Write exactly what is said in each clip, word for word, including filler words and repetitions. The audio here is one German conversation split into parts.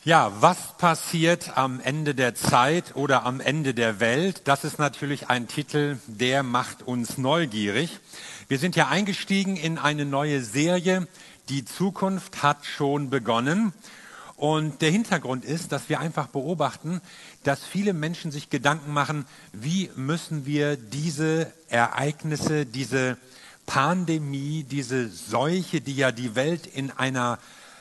Ja, was passiert am Ende der Zeit oder am Ende der Welt? Das ist natürlich ein Titel, der macht uns neugierig. Wir sind ja eingestiegen in eine neue Serie. Die Zukunft hat schon begonnen. Und der Hintergrund ist, dass wir einfach beobachten, dass viele Menschen sich Gedanken machen, wie müssen wir diese Ereignisse, diese Pandemie, diese Seuche, die ja die Welt in einer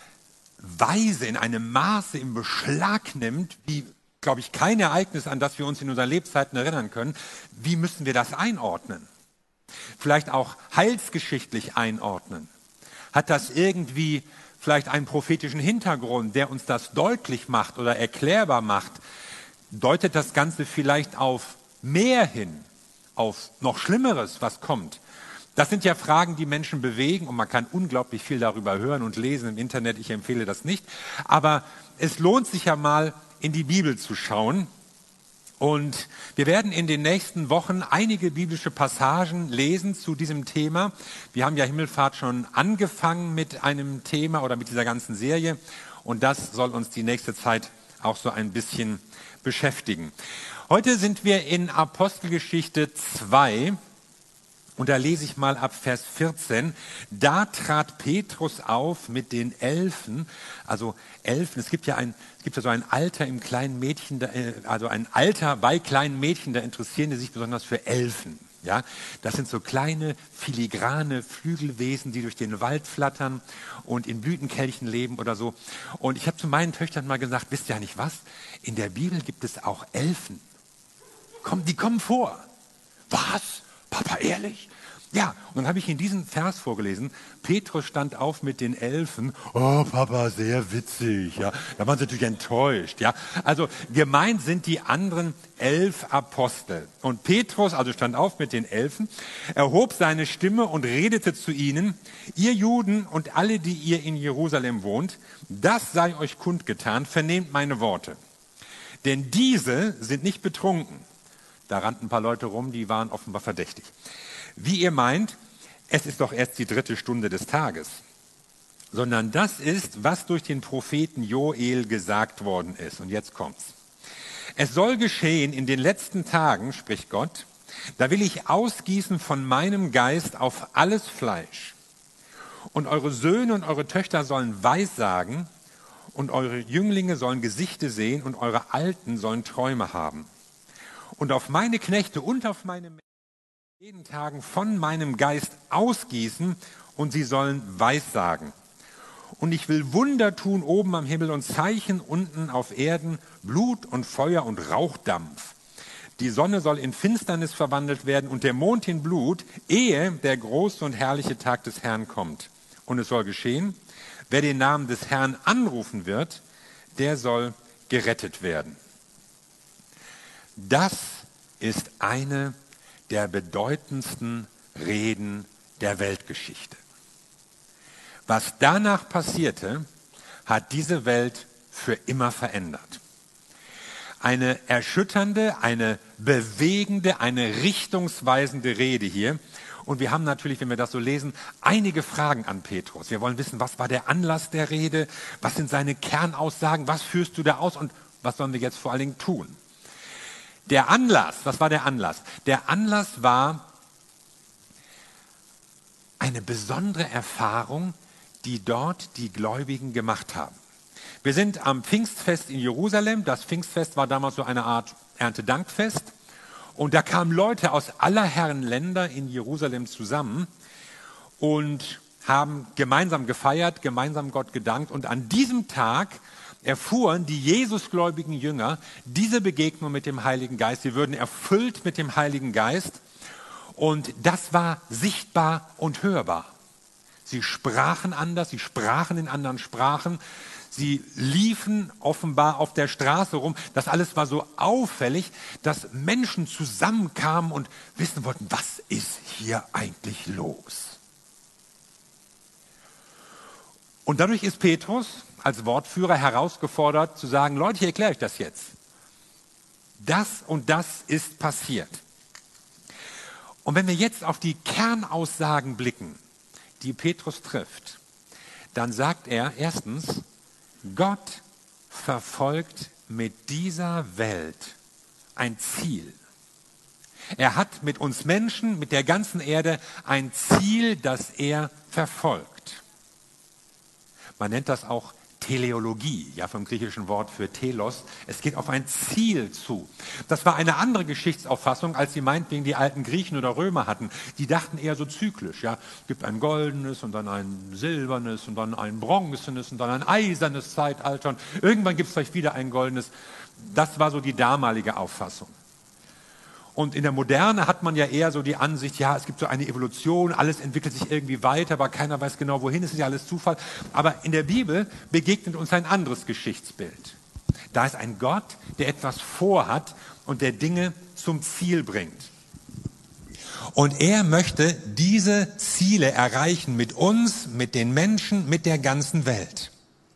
Weise, in einem Maße im Beschlag nimmt, wie, glaube ich, kein Ereignis, an das wir uns in unseren Lebzeiten erinnern können. Wie müssen wir das einordnen? Vielleicht auch heilsgeschichtlich einordnen. Hat das irgendwie vielleicht einen prophetischen Hintergrund, der uns das deutlich macht oder erklärbar macht? Deutet das Ganze vielleicht auf mehr hin, auf noch Schlimmeres, was kommt? Das sind ja Fragen, die Menschen bewegen und man kann unglaublich viel darüber hören und lesen im Internet. Ich empfehle das nicht. Aber es lohnt sich ja mal, in die Bibel zu schauen. Und wir werden in den nächsten Wochen einige biblische Passagen lesen zu diesem Thema. Wir haben ja Himmelfahrt schon angefangen mit einem Thema oder mit dieser ganzen Serie. Und das soll uns die nächste Zeit auch so ein bisschen beschäftigen. Heute sind wir in Apostelgeschichte zwei. Und da lese ich mal ab Vers vierzehn. Da trat Petrus auf mit den Elfen, also Elfen. Es gibt ja ein, es gibt ja so ein Alter im kleinen Mädchen, also ein Alter bei kleinen Mädchen, da interessieren die sich besonders für Elfen. Ja, das sind so kleine, filigrane Flügelwesen, die durch den Wald flattern und in Blütenkelchen leben oder so. Und ich habe zu meinen Töchtern mal gesagt, wisst ihr ja nicht was? In der Bibel gibt es auch Elfen. Komm, die kommen vor. Was? Papa, ehrlich? Ja, und dann habe ich in diesen Vers vorgelesen. Petrus stand auf mit den Elfen. Oh, Papa, sehr witzig. Ja, da waren sie natürlich enttäuscht. Ja, also gemeint sind die anderen elf Apostel. Und Petrus, also stand auf mit den Elfen, erhob seine Stimme und redete zu ihnen: Ihr Juden und alle, die ihr in Jerusalem wohnt, das sei euch kundgetan, vernehmt meine Worte. Denn diese sind nicht betrunken. Da rannten ein paar Leute rum, die waren offenbar verdächtig. Wie ihr meint, es ist doch erst die dritte Stunde des Tages. Sondern das ist, was durch den Propheten Joel gesagt worden ist. Und jetzt kommt's. Es soll geschehen in den letzten Tagen, spricht Gott, da will ich ausgießen von meinem Geist auf alles Fleisch. Und eure Söhne und eure Töchter sollen Weissagen und eure Jünglinge sollen Gesichte sehen und eure Alten sollen Träume haben. Und auf meine Knechte und auf meine Männer jeden Tagen von meinem Geist ausgießen und sie sollen Weissagen. Und ich will Wunder tun oben am Himmel und Zeichen unten auf Erden, Blut und Feuer und Rauchdampf. Die Sonne soll in Finsternis verwandelt werden und der Mond in Blut, ehe der große und herrliche Tag des Herrn kommt. Und es soll geschehen, wer den Namen des Herrn anrufen wird, der soll gerettet werden. Das ist eine der bedeutendsten Reden der Weltgeschichte. Was danach passierte, hat diese Welt für immer verändert. Eine erschütternde, eine bewegende, eine richtungsweisende Rede hier. Und wir haben natürlich, wenn wir das so lesen, einige Fragen an Petrus. Wir wollen wissen, was war der Anlass der Rede? Was sind seine Kernaussagen? Was führst du da aus? Und was sollen wir jetzt vor allen Dingen tun? Der Anlass, was war der Anlass? Der Anlass war eine besondere Erfahrung, die dort die Gläubigen gemacht haben. Wir sind am Pfingstfest in Jerusalem. Das Pfingstfest war damals so eine Art Erntedankfest. Und da kamen Leute aus aller Herren Länder in Jerusalem zusammen und haben gemeinsam gefeiert, gemeinsam Gott gedankt. Und an diesem Tag erfuhren die Jesusgläubigen Jünger diese Begegnung mit dem Heiligen Geist. Sie würden erfüllt mit dem Heiligen Geist und das war sichtbar und hörbar. Sie sprachen anders, sie sprachen in anderen Sprachen, sie liefen offenbar auf der Straße rum. Das alles war so auffällig, dass Menschen zusammenkamen und wissen wollten, was ist hier eigentlich los? Und dadurch ist Petrus als Wortführer herausgefordert zu sagen, Leute, ich erkläre euch das jetzt. Das und das ist passiert. Und wenn wir jetzt auf die Kernaussagen blicken, die Petrus trifft, dann sagt er erstens, Gott verfolgt mit dieser Welt ein Ziel. Er hat mit uns Menschen, mit der ganzen Erde ein Ziel, das er verfolgt. Man nennt das auch Teleologie, ja, vom griechischen Wort für Telos. Es geht auf ein Ziel zu. Das war eine andere Geschichtsauffassung, als sie meinetwegen die alten Griechen oder Römer hatten. Die dachten eher so zyklisch, ja. Es gibt ein goldenes und dann ein silbernes und dann ein bronzenes und dann ein eisernes Zeitalter und irgendwann gibt es vielleicht wieder ein goldenes. Das war so die damalige Auffassung. Und in der Moderne hat man ja eher so die Ansicht, ja, es gibt so eine Evolution, alles entwickelt sich irgendwie weiter, aber keiner weiß genau wohin, es ist ja alles Zufall. Aber in der Bibel begegnet uns ein anderes Geschichtsbild. Da ist ein Gott, der etwas vorhat und der Dinge zum Ziel bringt. Und er möchte diese Ziele erreichen mit uns, mit den Menschen, mit der ganzen Welt.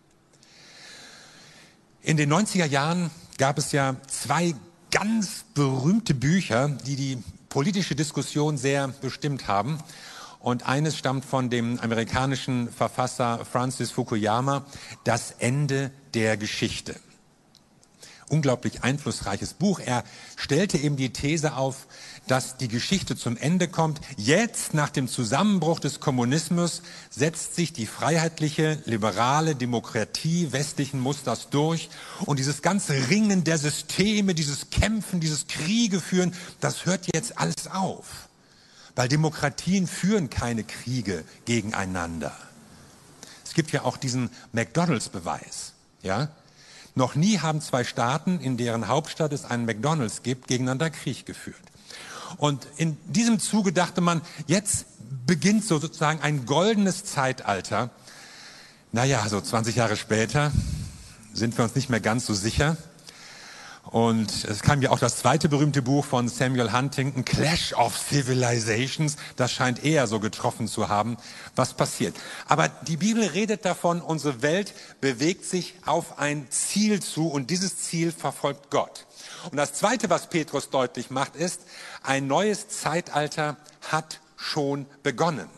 In den neunziger Jahren gab es ja zwei ganz berühmte Bücher, die die politische Diskussion sehr bestimmt haben. Und eines stammt von dem amerikanischen Verfasser Francis Fukuyama, Das Ende der Geschichte. Unglaublich einflussreiches Buch. Er stellte eben die These auf, dass die Geschichte zum Ende kommt. Jetzt, nach dem Zusammenbruch des Kommunismus, setzt sich die freiheitliche, liberale Demokratie westlichen Musters durch. Und dieses ganze Ringen der Systeme, dieses Kämpfen, dieses Kriege führen, das hört jetzt alles auf. Weil Demokratien führen keine Kriege gegeneinander. Es gibt ja auch diesen McDonald's-Beweis, ja? Noch nie haben zwei Staaten, in deren Hauptstadt es einen McDonald's gibt, gegeneinander Krieg geführt. Und in diesem Zuge dachte man, jetzt beginnt so sozusagen ein goldenes Zeitalter. Naja, so zwanzig Jahre später sind wir uns nicht mehr ganz so sicher. Und es kam ja auch das zweite berühmte Buch von Samuel Huntington, Clash of Civilizations. Das scheint eher so getroffen zu haben, was passiert. Aber die Bibel redet davon, unsere Welt bewegt sich auf ein Ziel zu und dieses Ziel verfolgt Gott. Und das Zweite, was Petrus deutlich macht, ist, ein neues Zeitalter hat schon begonnen.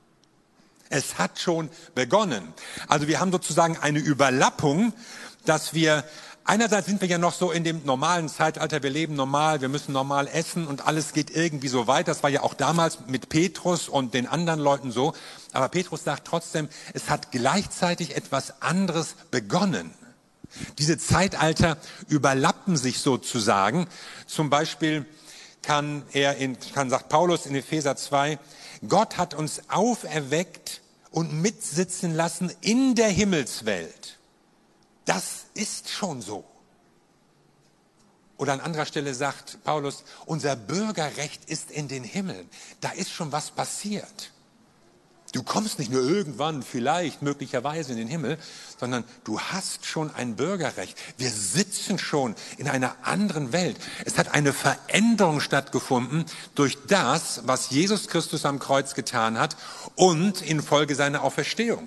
Es hat schon begonnen. Also wir haben sozusagen eine Überlappung, dass wir einerseits sind wir ja noch so in dem normalen Zeitalter, wir leben normal, wir müssen normal essen und alles geht irgendwie so weiter. Das war ja auch damals mit Petrus und den anderen Leuten so. Aber Petrus sagt trotzdem, es hat gleichzeitig etwas anderes begonnen. Diese Zeitalter überlappen sich sozusagen. Zum Beispiel kann er, in, kann, sagt Paulus in Epheser zwei, Gott hat uns auferweckt und mitsitzen lassen in der Himmelswelt. Das ist schon so. Oder an anderer Stelle sagt Paulus, unser Bürgerrecht ist in den Himmeln. Da ist schon was passiert. Du kommst nicht nur irgendwann, vielleicht, möglicherweise in den Himmel, sondern du hast schon ein Bürgerrecht. Wir sitzen schon in einer anderen Welt. Es hat eine Veränderung stattgefunden durch das, was Jesus Christus am Kreuz getan hat und infolge seiner Auferstehung.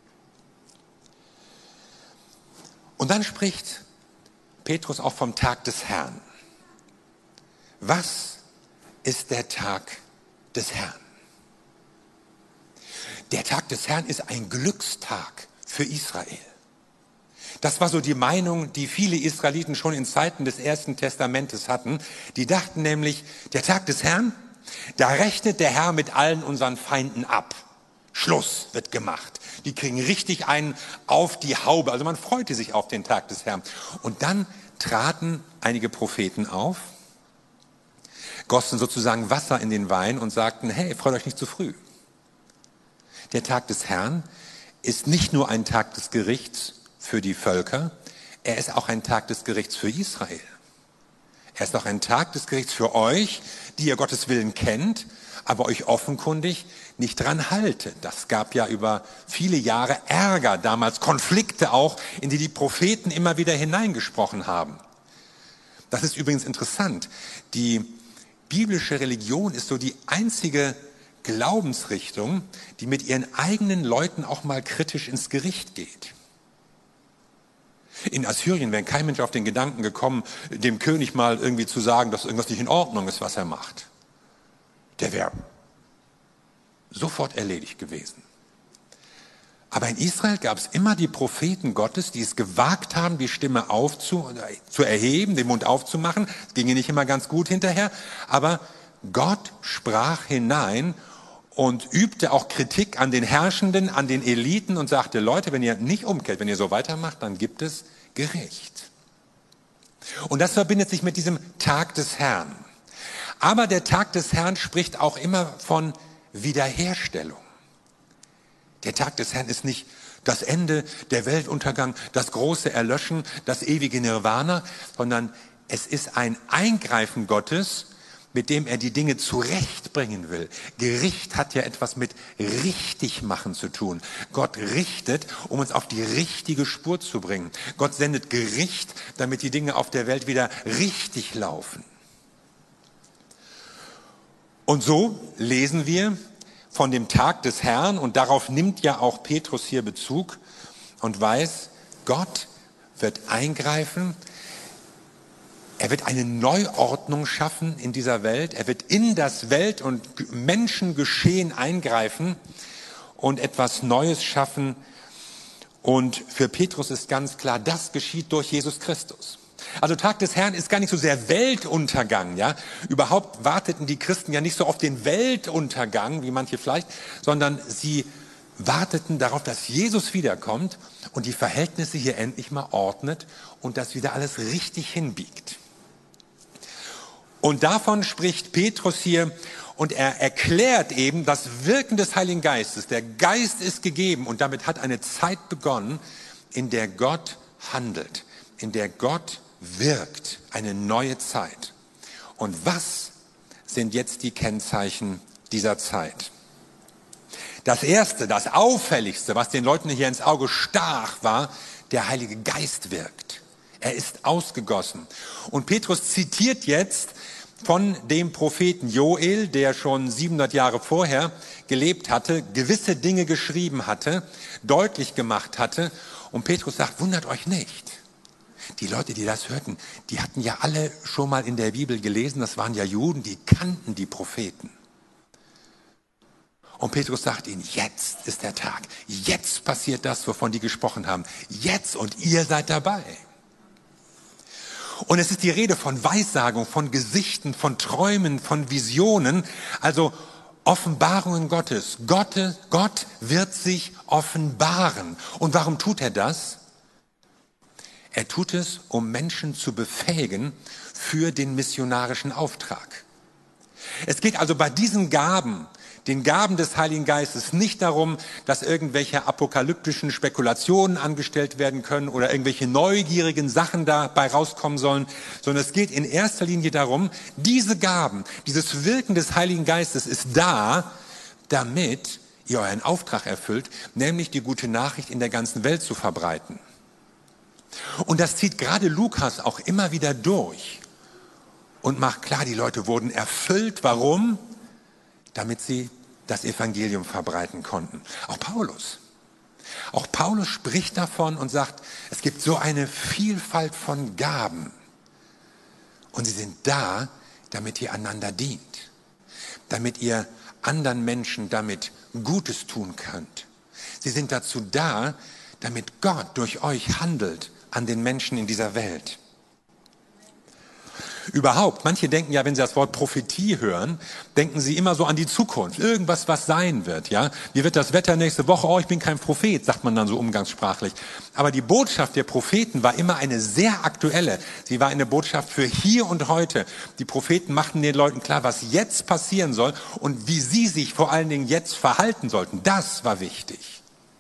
Und dann spricht Petrus auch vom Tag des Herrn. Was ist der Tag des Herrn? Der Tag des Herrn ist ein Glückstag für Israel. Das war so die Meinung, die viele Israeliten schon in Zeiten des Ersten Testamentes hatten. Die dachten nämlich, der Tag des Herrn, da rechnet der Herr mit allen unseren Feinden ab. Schluss wird gemacht. Die kriegen richtig einen auf die Haube. Also man freute sich auf den Tag des Herrn. Und dann traten einige Propheten auf, gossen sozusagen Wasser in den Wein und sagten, hey, freut euch nicht zu früh. Der Tag des Herrn ist nicht nur ein Tag des Gerichts für die Völker, er ist auch ein Tag des Gerichts für Israel. Er ist auch ein Tag des Gerichts für euch, die ihr Gottes Willen kennt, aber euch offenkundig nicht dran haltet. Das gab ja über viele Jahre Ärger, damals Konflikte auch, in die die Propheten immer wieder hineingesprochen haben. Das ist übrigens interessant. Die biblische Religion ist so die einzige Glaubensrichtung, die mit ihren eigenen Leuten auch mal kritisch ins Gericht geht. In Assyrien wäre kein Mensch auf den Gedanken gekommen, dem König mal irgendwie zu sagen, dass irgendwas nicht in Ordnung ist, was er macht. Der wäre sofort erledigt gewesen. Aber in Israel gab es immer die Propheten Gottes, die es gewagt haben, die Stimme aufzu, zu erheben, den Mund aufzumachen. Es ging ihnen nicht immer ganz gut hinterher, aber Gott sprach hinein und übte auch Kritik an den Herrschenden, an den Eliten und sagte, Leute, wenn ihr nicht umkehrt, wenn ihr so weitermacht, dann gibt es Gericht. Und das verbindet sich mit diesem Tag des Herrn. Aber der Tag des Herrn spricht auch immer von Wiederherstellung. Der Tag des Herrn ist nicht das Ende, der Weltuntergang, das große Erlöschen, das ewige Nirvana, sondern es ist ein Eingreifen Gottes, mit dem er die Dinge zurechtbringen will. Gericht hat ja etwas mit Richtigmachen zu tun. Gott richtet, um uns auf die richtige Spur zu bringen. Gott sendet Gericht, damit die Dinge auf der Welt wieder richtig laufen. Und so lesen wir von dem Tag des Herrn, und darauf nimmt ja auch Petrus hier Bezug und weiß, Gott wird eingreifen. Er wird eine Neuordnung schaffen in dieser Welt. Er wird in das Welt- und Menschengeschehen eingreifen und etwas Neues schaffen. Und für Petrus ist ganz klar, das geschieht durch Jesus Christus. Also Tag des Herrn ist gar nicht so sehr Weltuntergang, ja. Überhaupt warteten die Christen ja nicht so auf den Weltuntergang, wie manche vielleicht, sondern sie warteten darauf, dass Jesus wiederkommt und die Verhältnisse hier endlich mal ordnet und das wieder alles richtig hinbiegt. Und davon spricht Petrus hier und er erklärt eben das Wirken des Heiligen Geistes. Der Geist ist gegeben und damit hat eine Zeit begonnen, in der Gott handelt, in der Gott wirkt, eine neue Zeit. Und was sind jetzt die Kennzeichen dieser Zeit? Das erste, das auffälligste, was den Leuten hier ins Auge stach, war, der Heilige Geist wirkt. Er ist ausgegossen. Und Petrus zitiert jetzt von dem Propheten Joel, der schon siebenhundert Jahre vorher gelebt hatte, gewisse Dinge geschrieben hatte, deutlich gemacht hatte. Und Petrus sagt, wundert euch nicht. Die Leute, die das hörten, die hatten ja alle schon mal in der Bibel gelesen, das waren ja Juden, die kannten die Propheten. Und Petrus sagt ihnen, jetzt ist der Tag, jetzt passiert das, wovon die gesprochen haben, jetzt und ihr seid dabei. Und es ist die Rede von Weissagung, von Gesichten, von Träumen, von Visionen, also Offenbarungen Gottes. Gott, Gott wird sich offenbaren. Und warum tut er das? Er tut es, um Menschen zu befähigen für den missionarischen Auftrag. Es geht also bei diesen Gaben, den Gaben des Heiligen Geistes, nicht darum, dass irgendwelche apokalyptischen Spekulationen angestellt werden können oder irgendwelche neugierigen Sachen dabei rauskommen sollen, sondern es geht in erster Linie darum, diese Gaben, dieses Wirken des Heiligen Geistes ist da, damit ihr euren Auftrag erfüllt, nämlich die gute Nachricht in der ganzen Welt zu verbreiten. Und das zieht gerade Lukas auch immer wieder durch und macht klar, die Leute wurden erfüllt. Warum? Damit sie das Evangelium verbreiten konnten. Auch Paulus. Auch Paulus spricht davon und sagt, es gibt so eine Vielfalt von Gaben. Und sie sind da, damit ihr einander dient. Damit ihr anderen Menschen damit Gutes tun könnt. Sie sind dazu da, damit Gott durch euch handelt an den Menschen in dieser Welt. Überhaupt, manche denken ja, wenn sie das Wort Prophetie hören, denken sie immer so an die Zukunft, irgendwas, was sein wird, ja. Wie wird das Wetter nächste Woche? Oh, ich bin kein Prophet, sagt man dann so umgangssprachlich. Aber die Botschaft der Propheten war immer eine sehr aktuelle. Sie war eine Botschaft für hier und heute. Die Propheten machten den Leuten klar, was jetzt passieren soll und wie sie sich vor allen Dingen jetzt verhalten sollten. Das war wichtig.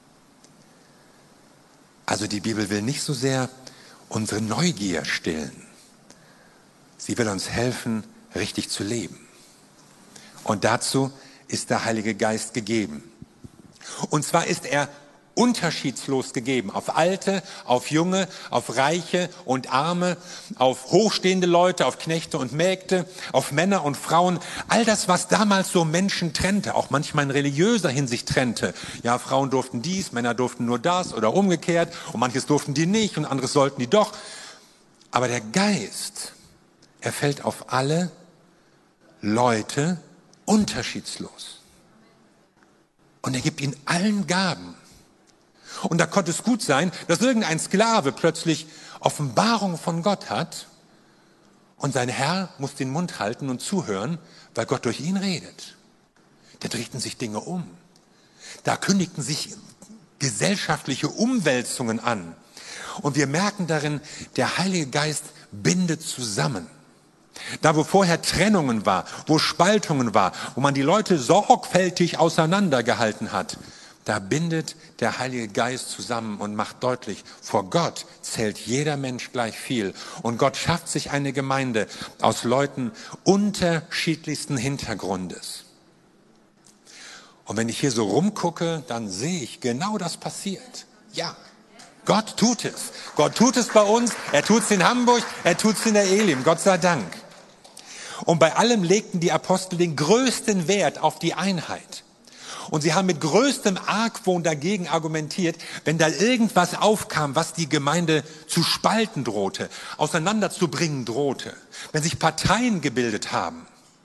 Also die Bibel will nicht so sehr unsere Neugier stillen. Sie will uns helfen, richtig zu leben. Und dazu ist der Heilige Geist gegeben. Und zwar ist er unterschiedslos gegeben. Auf Alte, auf Junge, auf Reiche und Arme, auf hochstehende Leute, auf Knechte und Mägde, auf Männer und Frauen. All das, was damals so Menschen trennte, auch manchmal in religiöser Hinsicht trennte. Ja, Frauen durften dies, Männer durften nur das oder umgekehrt. Und manches durften die nicht und anderes sollten die doch. Aber der Geist, er fällt auf alle Leute unterschiedslos. Und er gibt ihnen allen Gaben. Und da konnte es gut sein, dass irgendein Sklave plötzlich Offenbarung von Gott hat und sein Herr muss den Mund halten und zuhören, weil Gott durch ihn redet. Da drehten sich Dinge um. Da kündigten sich gesellschaftliche Umwälzungen an. Und wir merken darin, der Heilige Geist bindet zusammen. Da, wo vorher Trennungen war, wo Spaltungen war, wo man die Leute sorgfältig auseinandergehalten hat, da bindet der Heilige Geist zusammen und macht deutlich, vor Gott zählt jeder Mensch gleich viel. Und Gott schafft sich eine Gemeinde aus Leuten unterschiedlichsten Hintergrundes. Und wenn ich hier so rumgucke, dann sehe ich, genau das passiert. Ja, Gott tut es. Gott tut es bei uns, er tut es in Hamburg, er tut es in der Elim, Gott sei Dank. Und bei allem legten die Apostel den größten Wert auf die Einheit. Und sie haben mit größtem Argwohn dagegen argumentiert, wenn da irgendwas aufkam, was die Gemeinde zu spalten drohte, auseinanderzubringen drohte, wenn sich Parteien gebildet haben.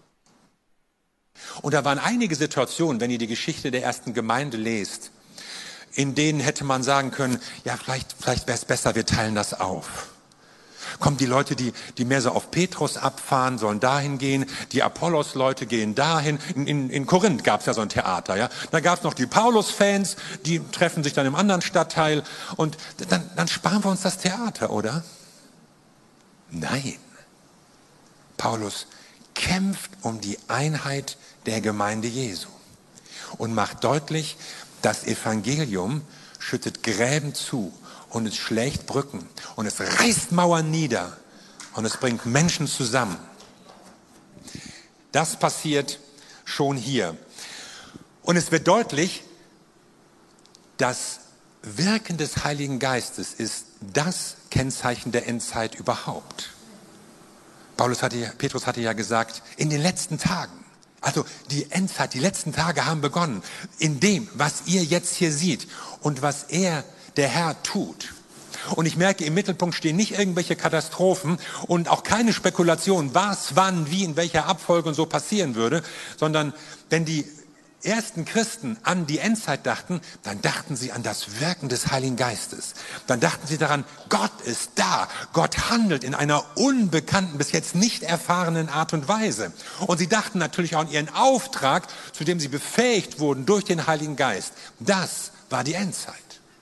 Und da waren einige Situationen, wenn ihr die Geschichte der ersten Gemeinde lest, in denen hätte man sagen können, ja, vielleicht, vielleicht wäre es besser, wir teilen das auf. Kommen die Leute, die, die mehr so auf Petrus abfahren, sollen dahin gehen. Die Apollos-Leute gehen dahin. In, in, in Korinth gab es ja so ein Theater. Ja? Da gab es noch die Paulus-Fans, die treffen sich dann im anderen Stadtteil. Und dann, dann sparen wir uns das Theater, oder? Nein. Paulus kämpft um die Einheit der Gemeinde Jesu und macht deutlich, das Evangelium schüttet Gräben zu. Und es schlägt Brücken und es reißt Mauern nieder und es bringt Menschen zusammen. Das passiert schon hier. Und es wird deutlich, das Wirken des Heiligen Geistes ist das Kennzeichen der Endzeit überhaupt. Paulus hatte ja, Petrus hatte ja gesagt, in den letzten Tagen. Also die Endzeit, die letzten Tage haben begonnen. In dem, was ihr jetzt hier seht und was er der Herr tut. Und ich merke, im Mittelpunkt stehen nicht irgendwelche Katastrophen und auch keine Spekulation, was, wann, wie, in welcher Abfolge und so passieren würde, sondern wenn die ersten Christen an die Endzeit dachten, dann dachten sie an das Wirken des Heiligen Geistes. Dann dachten sie daran, Gott ist da. Gott handelt in einer unbekannten, bis jetzt nicht erfahrenen Art und Weise. Und sie dachten natürlich auch an ihren Auftrag, zu dem sie befähigt wurden durch den Heiligen Geist. Das war die Endzeit.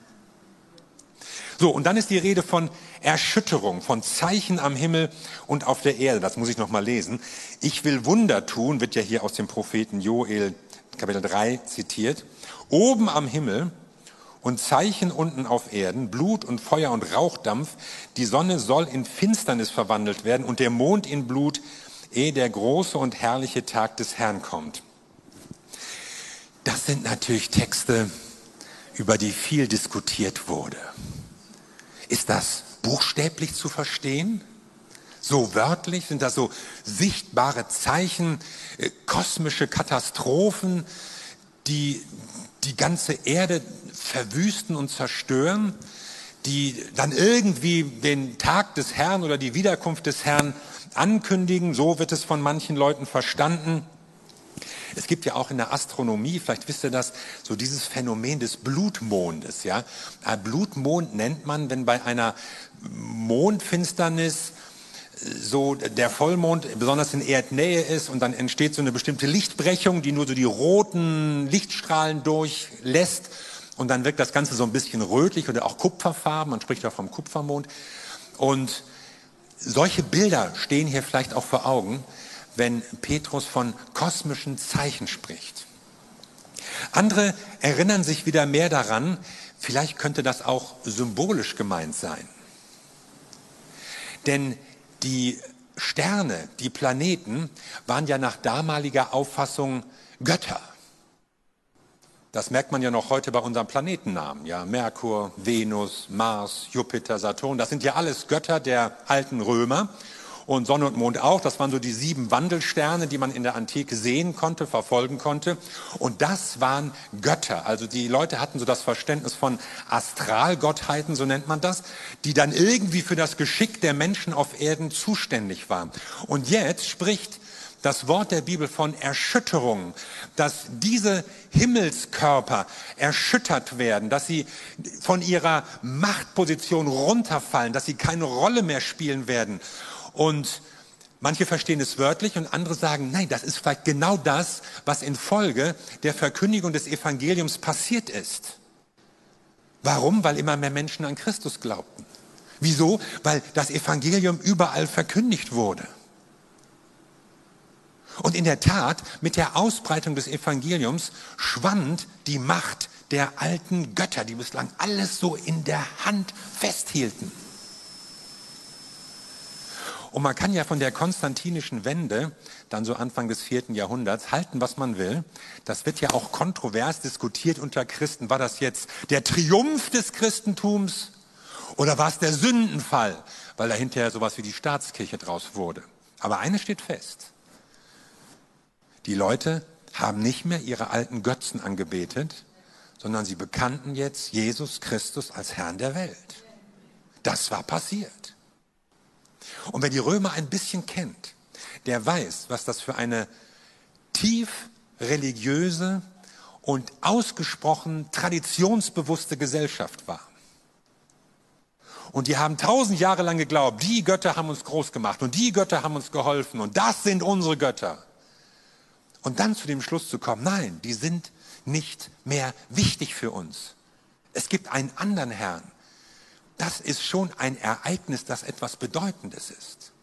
So, und dann ist die Rede von Erschütterung, von Zeichen am Himmel und auf der Erde. Das muss ich noch mal lesen. Ich will Wunder tun, wird ja hier aus dem Propheten Joel Kapitel drei zitiert. Oben am Himmel und Zeichen unten auf Erden, Blut und Feuer und Rauchdampf. Die Sonne soll in Finsternis verwandelt werden und der Mond in Blut, ehe der große und herrliche Tag des Herrn kommt. Das sind natürlich Texte, über die viel diskutiert wurde. Ist das buchstäblich zu verstehen? So wörtlich? Sind das so sichtbare Zeichen, äh, kosmische Katastrophen, die die ganze Erde verwüsten und zerstören, die dann irgendwie den Tag des Herrn oder die Wiederkunft des Herrn ankündigen? So wird es von manchen Leuten verstanden. Es gibt ja auch in der Astronomie, vielleicht wisst ihr das, so dieses Phänomen des Blutmondes. Ja? Blutmond nennt man, wenn bei einer Mondfinsternis so der Vollmond besonders in Erdnähe ist und dann entsteht so eine bestimmte Lichtbrechung, die nur so die roten Lichtstrahlen durchlässt und dann wirkt das Ganze so ein bisschen rötlich oder auch kupferfarben, man spricht auch vom Kupfermond. Und solche Bilder stehen hier vielleicht auch vor Augen, wenn Petrus von kosmischen Zeichen spricht. Andere erinnern sich wieder mehr daran, vielleicht könnte das auch symbolisch gemeint sein. Denn die Sterne, die Planeten waren ja nach damaliger Auffassung Götter. Das merkt man ja noch heute bei unseren Planetennamen. Ja, Merkur, Venus, Mars, Jupiter, Saturn, das sind ja alles Götter der alten Römer. Und Sonne und Mond auch, das waren so die sieben Wandelsterne, die man in der Antike sehen konnte, verfolgen konnte. Und das waren Götter. Also die Leute hatten so das Verständnis von Astralgottheiten, so nennt man das, die dann irgendwie für das Geschick der Menschen auf Erden zuständig waren. Und jetzt spricht das Wort der Bibel von Erschütterung, dass diese Himmelskörper erschüttert werden, dass sie von ihrer Machtposition runterfallen, dass sie keine Rolle mehr spielen werden. Und manche verstehen es wörtlich und andere sagen, nein, das ist vielleicht genau das, was infolge der Verkündigung des Evangeliums passiert ist. Warum? Weil immer mehr Menschen an Christus glaubten. Wieso? Weil das Evangelium überall verkündigt wurde. Und in der Tat, mit der Ausbreitung des Evangeliums schwand die Macht der alten Götter, die bislang alles so in der Hand festhielten. Und man kann ja von der konstantinischen Wende, dann so Anfang des vierten Jahrhunderts, halten, was man will. Das wird ja auch kontrovers diskutiert unter Christen. War das jetzt der Triumph des Christentums oder war es der Sündenfall, weil da hinterher sowas wie die Staatskirche draus wurde? Aber eines steht fest. Die Leute haben nicht mehr ihre alten Götzen angebetet, sondern sie bekannten jetzt Jesus Christus als Herrn der Welt. Das war passiert. Und wer die Römer ein bisschen kennt, der weiß, was das für eine tief religiöse und ausgesprochen traditionsbewusste Gesellschaft war. Und die haben tausend Jahre lang geglaubt, die Götter haben uns groß gemacht und die Götter haben uns geholfen und das sind unsere Götter. Und dann zu dem Schluss zu kommen, nein, die sind nicht mehr wichtig für uns. Es gibt einen anderen Herrn. Das ist schon ein Ereignis, das etwas Bedeutendes ist.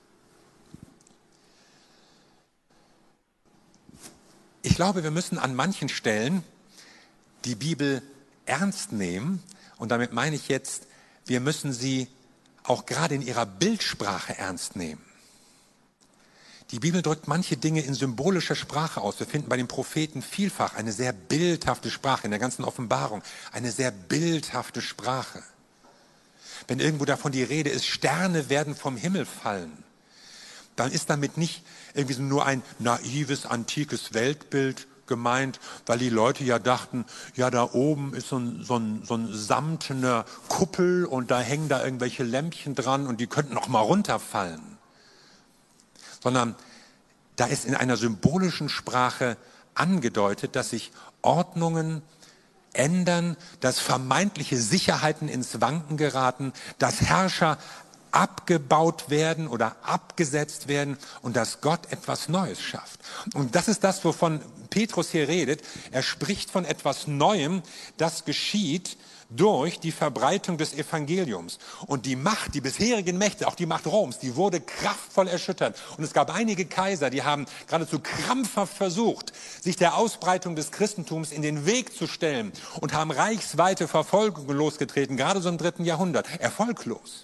Ich glaube, wir müssen an manchen Stellen die Bibel ernst nehmen. Und damit meine ich jetzt, wir müssen sie auch gerade in ihrer Bildsprache ernst nehmen. Die Bibel drückt manche Dinge in symbolischer Sprache aus. Wir finden bei den Propheten vielfach eine sehr bildhafte Sprache, in der ganzen Offenbarung eine sehr bildhafte Sprache. Wenn irgendwo davon die Rede ist, Sterne werden vom Himmel fallen, dann ist damit nicht irgendwie so nur ein naives, antikes Weltbild gemeint, weil die Leute ja dachten, ja, da oben ist so ein, so ein, so ein samtener Kuppel und da hängen da irgendwelche Lämpchen dran und die könnten noch mal runterfallen. Sondern da ist in einer symbolischen Sprache angedeutet, dass sich Ordnungen ändern, dass vermeintliche Sicherheiten ins Wanken geraten, dass Herrscher abgebaut werden oder abgesetzt werden und dass Gott etwas Neues schafft. Und das ist das, wovon Petrus hier redet. Er spricht von etwas Neuem, das geschieht durch die Verbreitung des Evangeliums. Und die Macht, die bisherigen Mächte, auch die Macht Roms, die wurde kraftvoll erschüttert. Und es gab einige Kaiser, die haben geradezu krampfhaft versucht, sich der Ausbreitung des Christentums in den Weg zu stellen und haben reichsweite Verfolgungen losgetreten, gerade so im dritten Jahrhundert. Erfolglos.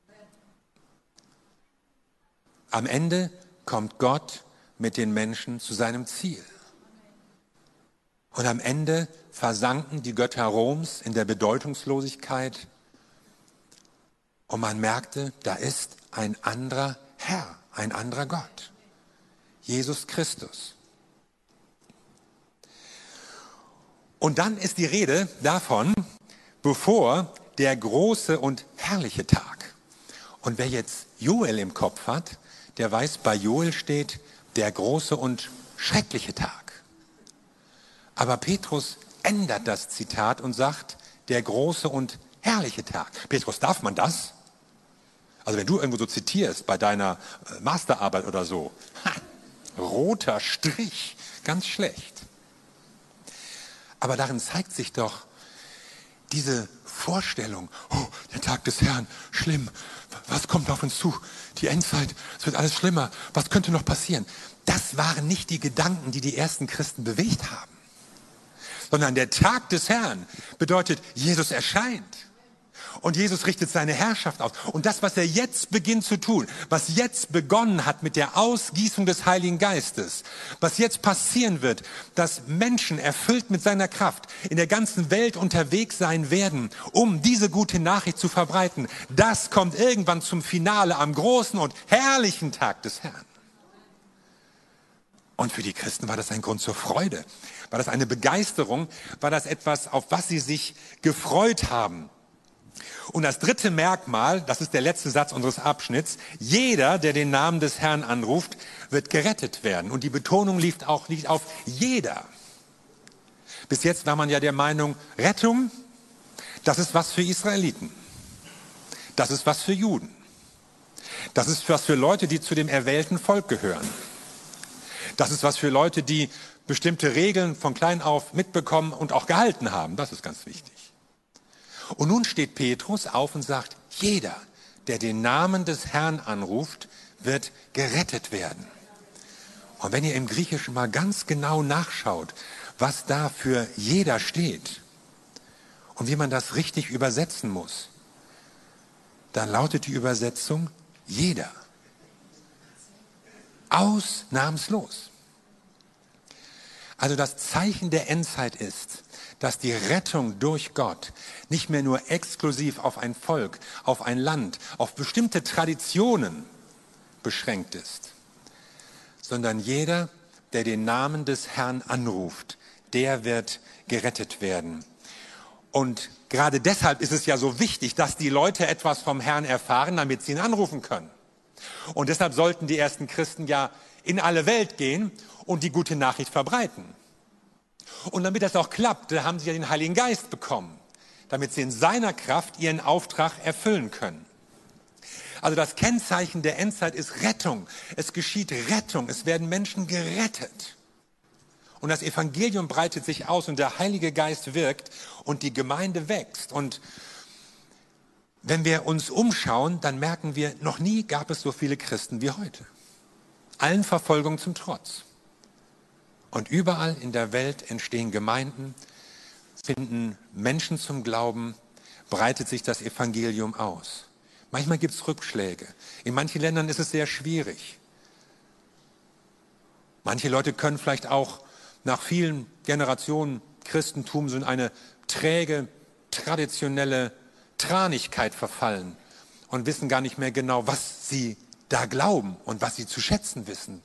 Am Ende kommt Gott mit den Menschen zu seinem Ziel. Und am Ende versanken die Götter Roms in der Bedeutungslosigkeit. Und man merkte, da ist ein anderer Herr, ein anderer Gott. Jesus Christus. Und dann ist die Rede davon, bevor der große und herrliche Tag. Und wer jetzt Joel im Kopf hat, der weiß, bei Joel steht der große und schreckliche Tag. Aber Petrus ändert das Zitat und sagt, der große und herrliche Tag. Petrus, darf man das? Also wenn du irgendwo so zitierst bei deiner Masterarbeit oder so, ha, roter Strich, ganz schlecht. Aber darin zeigt sich doch diese Vorstellung, oh, der Tag des Herrn, schlimm, was kommt auf uns zu? Die Endzeit, es wird alles schlimmer, was könnte noch passieren? Das waren nicht die Gedanken, die die ersten Christen bewegt haben. Sondern der Tag des Herrn bedeutet, Jesus erscheint. Und Jesus richtet seine Herrschaft aus. Und das, was er jetzt beginnt zu tun, was jetzt begonnen hat mit der Ausgießung des Heiligen Geistes, was jetzt passieren wird, dass Menschen erfüllt mit seiner Kraft in der ganzen Welt unterwegs sein werden, um diese gute Nachricht zu verbreiten, das kommt irgendwann zum Finale am großen und herrlichen Tag des Herrn. Und für die Christen war das ein Grund zur Freude. War das eine Begeisterung? War das etwas, auf was sie sich gefreut haben? Und das dritte Merkmal, das ist der letzte Satz unseres Abschnitts, jeder, der den Namen des Herrn anruft, wird gerettet werden. Und die Betonung liegt auch liegt auf jeder. Bis jetzt war man ja der Meinung, Rettung, das ist was für Israeliten. Das ist was für Juden. Das ist was für Leute, die zu dem erwählten Volk gehören. Das ist was für Leute, die bestimmte Regeln von klein auf mitbekommen und auch gehalten haben. Das ist ganz wichtig. Und nun steht Petrus auf und sagt, jeder, der den Namen des Herrn anruft, wird gerettet werden. Und wenn ihr im Griechischen mal ganz genau nachschaut, was da für jeder steht und wie man das richtig übersetzen muss, dann lautet die Übersetzung jeder. Ausnahmslos. Also das Zeichen der Endzeit ist, dass die Rettung durch Gott nicht mehr nur exklusiv auf ein Volk, auf ein Land, auf bestimmte Traditionen beschränkt ist, sondern jeder, der den Namen des Herrn anruft, der wird gerettet werden. Und gerade deshalb ist es ja so wichtig, dass die Leute etwas vom Herrn erfahren, damit sie ihn anrufen können. Und deshalb sollten die ersten Christen ja in alle Welt gehen und die gute Nachricht verbreiten. Und damit das auch klappt, da haben sie ja den Heiligen Geist bekommen, damit sie in seiner Kraft ihren Auftrag erfüllen können. Also das Kennzeichen der Endzeit ist Rettung. Es geschieht Rettung. Es werden Menschen gerettet. Und das Evangelium breitet sich aus und der Heilige Geist wirkt und die Gemeinde wächst. Und wenn wir uns umschauen, dann merken wir, noch nie gab es so viele Christen wie heute. Allen Verfolgungen zum Trotz. Und überall in der Welt entstehen Gemeinden, finden Menschen zum Glauben, breitet sich das Evangelium aus. Manchmal gibt es Rückschläge. In manchen Ländern ist es sehr schwierig. Manche Leute können vielleicht auch nach vielen Generationen Christentum so in eine träge, traditionelle Tranigkeit verfallen und wissen gar nicht mehr genau, was sie da glauben und was sie zu schätzen wissen.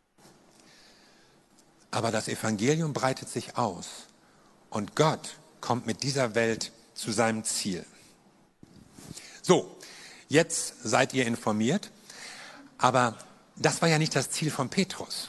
Aber das Evangelium breitet sich aus und Gott kommt mit dieser Welt zu seinem Ziel. So, jetzt seid ihr informiert, aber das war ja nicht das Ziel von Petrus,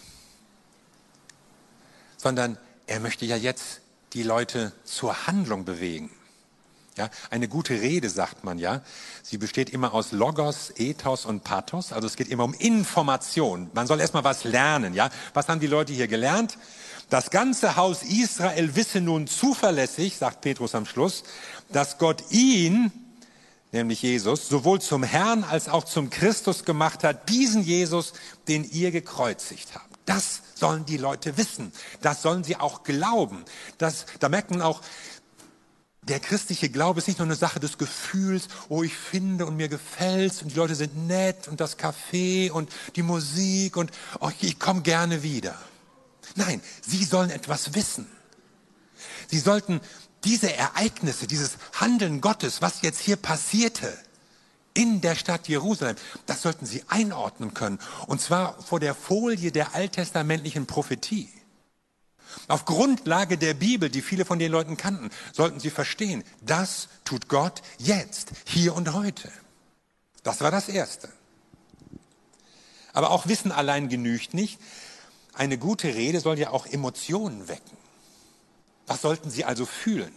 sondern er möchte ja jetzt die Leute zur Handlung bewegen. Ja, eine gute Rede, sagt man ja, sie besteht immer aus Logos, Ethos und Pathos, also es geht immer um Information. Man soll erstmal was lernen. Ja, was haben die Leute hier gelernt? Das ganze Haus Israel wisse nun zuverlässig, sagt Petrus am Schluss, dass Gott ihn, nämlich Jesus, sowohl zum Herrn als auch zum Christus gemacht hat, diesen Jesus, den ihr gekreuzigt habt. Das sollen die Leute wissen, das sollen sie auch glauben. Das, da merkt man auch, der christliche Glaube ist nicht nur eine Sache des Gefühls, oh, ich finde und mir gefällt's und die Leute sind nett und das Café und die Musik und oh, ich komme gerne wieder. Nein, sie sollen etwas wissen. Sie sollten diese Ereignisse, dieses Handeln Gottes, was jetzt hier passierte in der Stadt Jerusalem, das sollten sie einordnen können. Und zwar vor der Folie der alttestamentlichen Prophetie. Auf Grundlage der Bibel, die viele von den Leuten kannten, sollten sie verstehen, das tut Gott jetzt, hier und heute. Das war das Erste. Aber auch Wissen allein genügt nicht. Eine gute Rede soll ja auch Emotionen wecken. Was sollten sie also fühlen?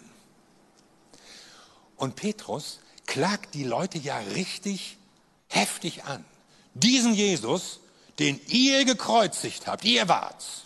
Und Petrus klagt die Leute ja richtig heftig an. Diesen Jesus, den ihr gekreuzigt habt, ihr wart's.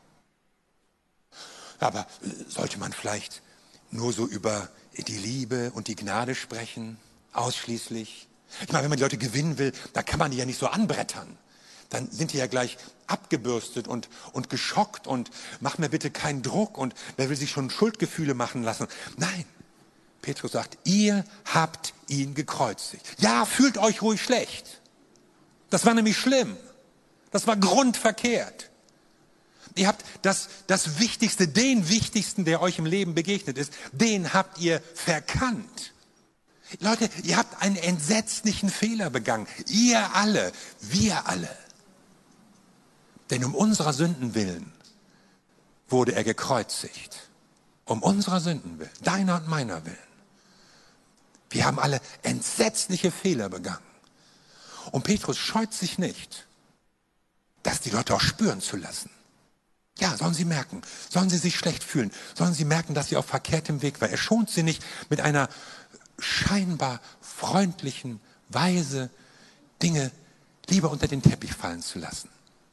Aber sollte man vielleicht nur so über die Liebe und die Gnade sprechen, ausschließlich? Ich meine, wenn man die Leute gewinnen will, da kann man die ja nicht so anbrettern. Dann sind die ja gleich abgebürstet und, und geschockt und mach mir bitte keinen Druck und wer will sich schon Schuldgefühle machen lassen? Nein, Petrus sagt, ihr habt ihn gekreuzigt. Ja, fühlt euch ruhig schlecht. Das war nämlich schlimm. Das war grundverkehrt. Ihr habt das, das Wichtigste, den Wichtigsten, der euch im Leben begegnet ist, den habt ihr verkannt. Leute, ihr habt einen entsetzlichen Fehler begangen. Ihr alle, wir alle. Denn um unserer Sünden willen wurde er gekreuzigt. Um unserer Sünden willen, deiner und meiner willen. Wir haben alle entsetzliche Fehler begangen. Und Petrus scheut sich nicht, das die Leute auch spüren zu lassen. Ja, sollen sie merken, sollen sie sich schlecht fühlen, sollen sie merken, dass sie auf verkehrtem Weg waren. Er schont sie nicht mit einer scheinbar freundlichen Weise, Dinge lieber unter den Teppich fallen zu lassen.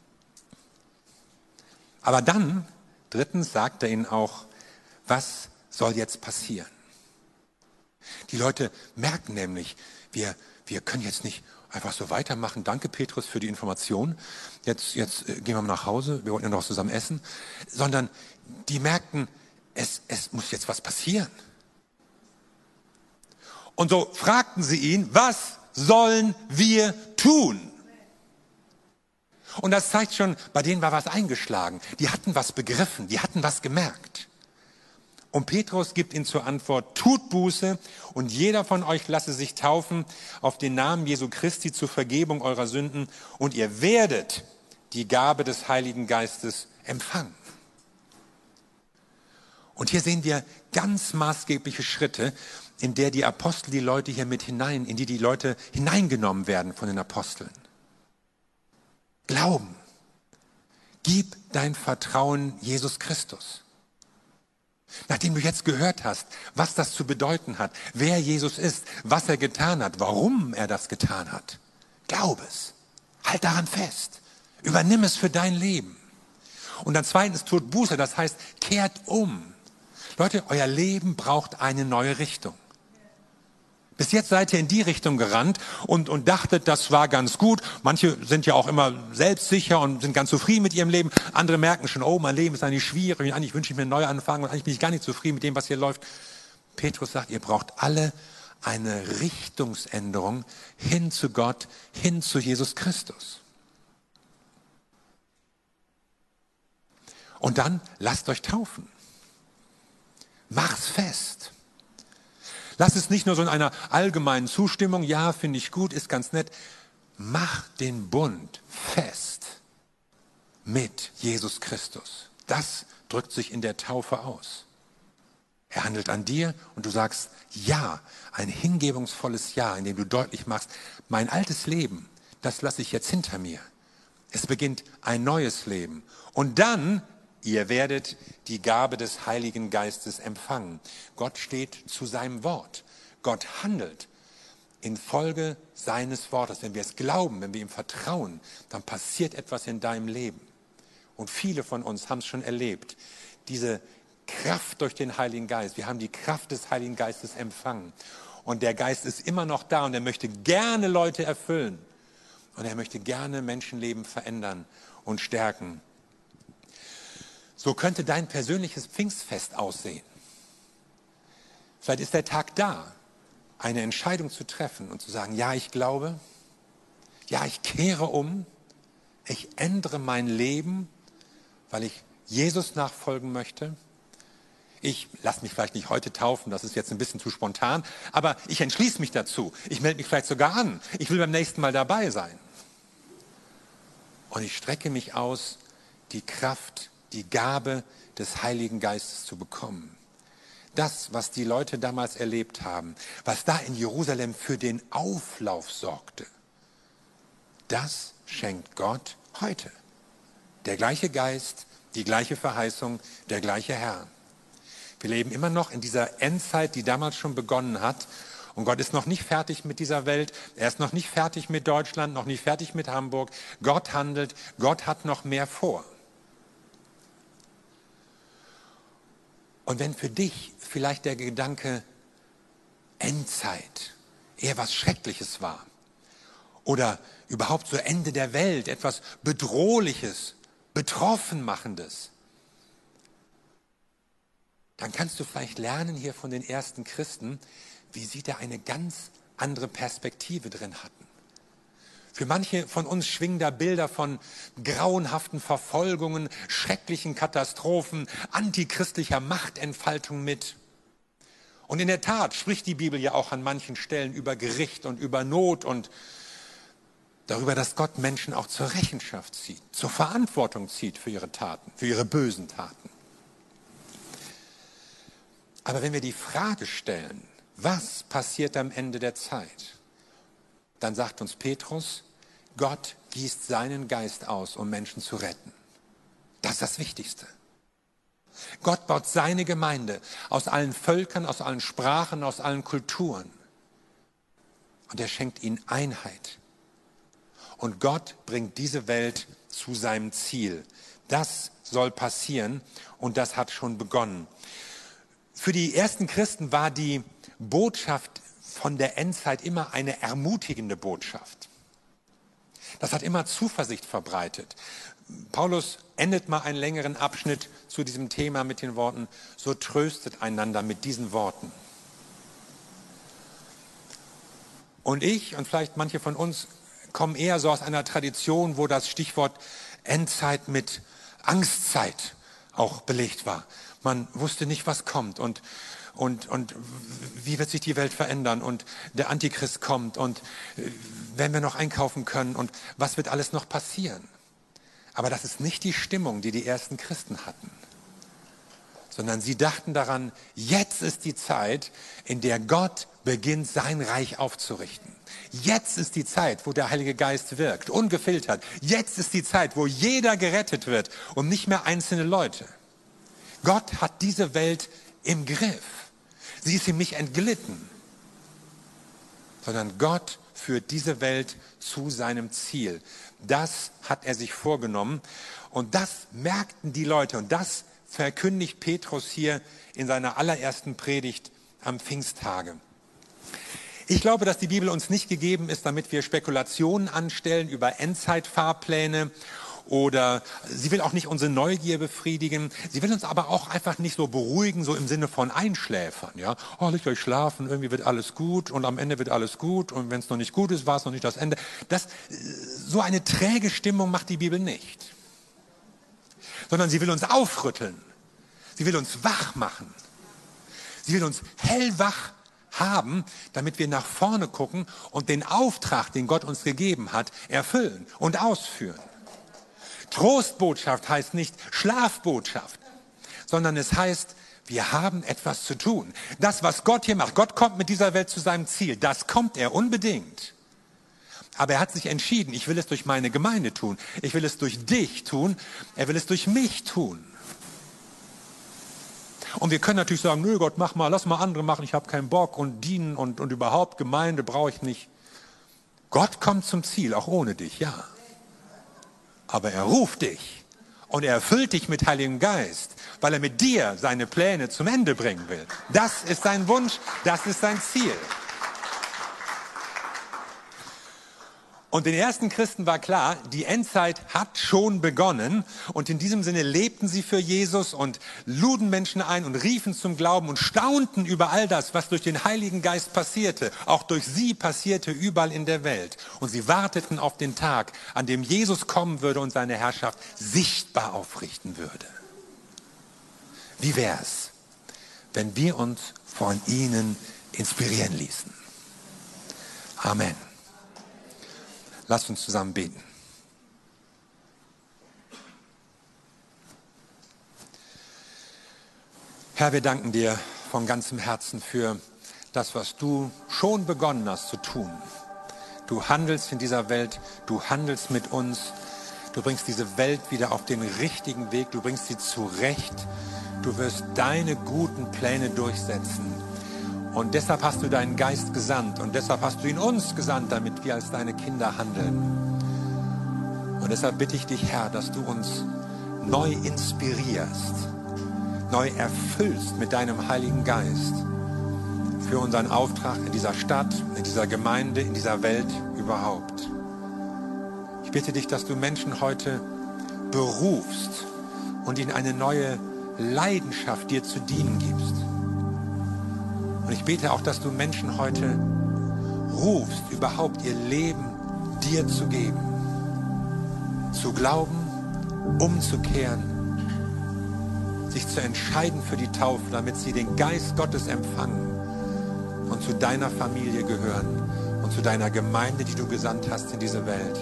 Aber dann, drittens, sagt er ihnen auch, was soll jetzt passieren? Die Leute merken nämlich, wir, wir können jetzt nicht einfach so weitermachen. Danke, Petrus, für die Information. Jetzt, jetzt äh, gehen wir mal nach Hause, wir wollten ja noch zusammen essen. Sondern die merkten, es, es muss jetzt was passieren. Und so fragten sie ihn, was sollen wir tun? Und das zeigt schon, bei denen war was eingeschlagen. Die hatten was begriffen, die hatten was gemerkt. Und Petrus gibt ihnen zur Antwort, tut Buße und jeder von euch lasse sich taufen auf den Namen Jesu Christi zur Vergebung eurer Sünden und ihr werdet die Gabe des Heiligen Geistes empfangen. Und hier sehen wir ganz maßgebliche Schritte, in der die Apostel die Leute hier mit hinein, in die die Leute hineingenommen werden von den Aposteln. Glauben. Gib dein Vertrauen Jesus Christus. Nachdem du jetzt gehört hast, was das zu bedeuten hat, wer Jesus ist, was er getan hat, warum er das getan hat, glaub es. Halt daran fest. Übernimm es für dein Leben. Und dann zweitens, tut Buße, das heißt, kehrt um. Leute, euer Leben braucht eine neue Richtung. Bis jetzt seid ihr in die Richtung gerannt und, und dachtet, das war ganz gut. Manche sind ja auch immer selbstsicher und sind ganz zufrieden mit ihrem Leben. Andere merken schon, oh, mein Leben ist eigentlich schwierig und eigentlich wünsche ich mir einen Neuanfang und eigentlich bin ich gar nicht zufrieden mit dem, was hier läuft. Petrus sagt, ihr braucht alle eine Richtungsänderung hin zu Gott, hin zu Jesus Christus. Und dann lasst euch taufen. Mach's fest. Lass es nicht nur so in einer allgemeinen Zustimmung, ja, finde ich gut, ist ganz nett. Mach den Bund fest mit Jesus Christus. Das drückt sich in der Taufe aus. Er handelt an dir und du sagst ja, ein hingebungsvolles Ja, in dem du deutlich machst, mein altes Leben, das lasse ich jetzt hinter mir. Es beginnt ein neues Leben. Und dann, ihr werdet die Gabe des Heiligen Geistes empfangen. Gott steht zu seinem Wort. Gott handelt infolge seines Wortes. Wenn wir es glauben, wenn wir ihm vertrauen, dann passiert etwas in deinem Leben. Und viele von uns haben es schon erlebt. Diese Kraft durch den Heiligen Geist. Wir haben die Kraft des Heiligen Geistes empfangen. Und der Geist ist immer noch da und er möchte gerne Leute erfüllen. Und er möchte gerne Menschenleben verändern und stärken. So könnte dein persönliches Pfingstfest aussehen. Vielleicht ist der Tag da, eine Entscheidung zu treffen und zu sagen, ja, ich glaube, ja, ich kehre um, ich ändere mein Leben, weil ich Jesus nachfolgen möchte. Ich lasse mich vielleicht nicht heute taufen, das ist jetzt ein bisschen zu spontan, aber ich entschließe mich dazu. Ich melde mich vielleicht sogar an. Ich will beim nächsten Mal dabei sein. Und ich strecke mich aus, die Kraft, die Gabe des Heiligen Geistes zu bekommen. Das, was die Leute damals erlebt haben, was da in Jerusalem für den Auflauf sorgte, das schenkt Gott heute. Der gleiche Geist, die gleiche Verheißung, der gleiche Herr. Wir leben immer noch in dieser Endzeit, die damals schon begonnen hat. Und Gott ist noch nicht fertig mit dieser Welt. Er ist noch nicht fertig mit Deutschland, noch nicht fertig mit Hamburg. Gott handelt, Gott hat noch mehr vor. Und wenn für dich vielleicht der Gedanke Endzeit eher was Schreckliches war oder überhaupt so Ende der Welt, etwas Bedrohliches, Betroffenmachendes, dann kannst du vielleicht lernen hier von den ersten Christen, wie sie da eine ganz andere Perspektive drin hatten. Für manche von uns schwingen da Bilder von grauenhaften Verfolgungen, schrecklichen Katastrophen, antichristlicher Machtentfaltung mit. Und in der Tat spricht die Bibel ja auch an manchen Stellen über Gericht und über Not und darüber, dass Gott Menschen auch zur Rechenschaft zieht, zur Verantwortung zieht für ihre Taten, für ihre bösen Taten. Aber wenn wir die Frage stellen, was passiert am Ende der Zeit? Dann sagt uns Petrus, Gott gießt seinen Geist aus, um Menschen zu retten. Das ist das Wichtigste. Gott baut seine Gemeinde aus allen Völkern, aus allen Sprachen, aus allen Kulturen. Und er schenkt ihnen Einheit. Und Gott bringt diese Welt zu seinem Ziel. Das soll passieren und das hat schon begonnen. Für die ersten Christen war die Botschaft von der Endzeit immer eine ermutigende Botschaft. Das hat immer Zuversicht verbreitet. Paulus endet mal einen längeren Abschnitt zu diesem Thema mit den Worten, so tröstet einander mit diesen Worten. Und ich und vielleicht manche von uns kommen eher so aus einer Tradition, wo das Stichwort Endzeit mit Angstzeit auch belegt war. Man wusste nicht, was kommt und, und, und wie wird sich die Welt verändern und der Antichrist kommt und werden wir noch einkaufen können und was wird alles noch passieren. Aber das ist nicht die Stimmung, die die ersten Christen hatten, sondern sie dachten daran, jetzt ist die Zeit, in der Gott beginnt, sein Reich aufzurichten. Jetzt ist die Zeit, wo der Heilige Geist wirkt, ungefiltert. Jetzt ist die Zeit, wo jeder gerettet wird und nicht mehr einzelne Leute. Gott hat diese Welt im Griff. Sie ist ihm nicht entglitten, sondern Gott führt diese Welt zu seinem Ziel. Das hat er sich vorgenommen und das merkten die Leute und das verkündigt Petrus hier in seiner allerersten Predigt am Pfingsttage. Ich glaube, dass die Bibel uns nicht gegeben ist, damit wir Spekulationen anstellen über Endzeitfahrpläne oder sie will auch nicht unsere Neugier befriedigen. Sie will uns aber auch einfach nicht so beruhigen, so im Sinne von Einschläfern. Ja, oh, legt euch schlafen, irgendwie wird alles gut und am Ende wird alles gut und wenn es noch nicht gut ist, war es noch nicht das Ende. Das, so eine träge Stimmung macht die Bibel nicht. Sondern sie will uns aufrütteln. Sie will uns wach machen. Sie will uns hellwach haben, damit wir nach vorne gucken und den Auftrag, den Gott uns gegeben hat, erfüllen und ausführen. Trostbotschaft heißt nicht Schlafbotschaft, sondern es heißt, wir haben etwas zu tun. Das, was Gott hier macht, Gott kommt mit dieser Welt zu seinem Ziel, das kommt er unbedingt. Aber er hat sich entschieden, ich will es durch meine Gemeinde tun, ich will es durch dich tun, er will es durch mich tun. Und wir können natürlich sagen, nö Gott, mach mal, lass mal andere machen, ich habe keinen Bock und dienen und, und überhaupt Gemeinde brauche ich nicht. Gott kommt zum Ziel, auch ohne dich, ja. Aber er ruft dich und er erfüllt dich mit Heiligem Geist, weil er mit dir seine Pläne zum Ende bringen will. Das ist sein Wunsch, das ist sein Ziel. Und den ersten Christen war klar, die Endzeit hat schon begonnen und in diesem Sinne lebten sie für Jesus und luden Menschen ein und riefen zum Glauben und staunten über all das, was durch den Heiligen Geist passierte. Auch durch sie passierte überall in der Welt. Und sie warteten auf den Tag, an dem Jesus kommen würde und seine Herrschaft sichtbar aufrichten würde. Wie wär's, wenn wir uns von ihnen inspirieren ließen? Amen. Lasst uns zusammen beten. Herr, wir danken dir von ganzem Herzen für das, was du schon begonnen hast zu tun. Du handelst in dieser Welt, du handelst mit uns, du bringst diese Welt wieder auf den richtigen Weg, du bringst sie zurecht, du wirst deine guten Pläne durchsetzen. Und deshalb hast du deinen Geist gesandt und deshalb hast du ihn uns gesandt, damit wir als deine Kinder handeln. Und deshalb bitte ich dich, Herr, dass du uns neu inspirierst, neu erfüllst mit deinem Heiligen Geist für unseren Auftrag in dieser Stadt, in dieser Gemeinde, in dieser Welt überhaupt. Ich bitte dich, dass du Menschen heute berufst und ihnen eine neue Leidenschaft dir zu dienen gibst. Und ich bete auch, dass du Menschen heute rufst, überhaupt ihr Leben dir zu geben, zu glauben, umzukehren, sich zu entscheiden für die Taufe, damit sie den Geist Gottes empfangen und zu deiner Familie gehören und zu deiner Gemeinde, die du gesandt hast in diese Welt.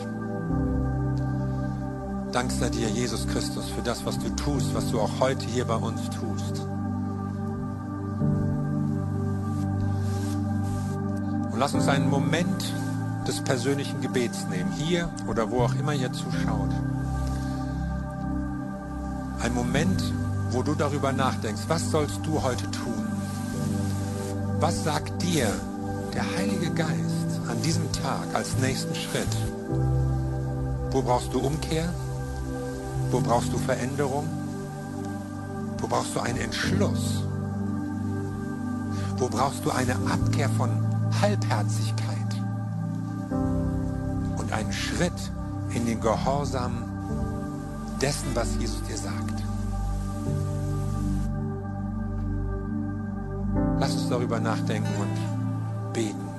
Dank sei dir, Jesus Christus, für das, was du tust, was du auch heute hier bei uns tust. Lass uns einen Moment des persönlichen Gebets nehmen, hier oder wo auch immer ihr zuschaut. Ein Moment, wo du darüber nachdenkst, was sollst du heute tun? Was sagt dir der Heilige Geist an diesem Tag als nächsten Schritt? Wo brauchst du Umkehr? Wo brauchst du Veränderung? Wo brauchst du einen Entschluss? Wo brauchst du eine Abkehr von Halbherzigkeit und einen Schritt in den Gehorsam dessen, was Jesus dir sagt? Lass uns darüber nachdenken und beten.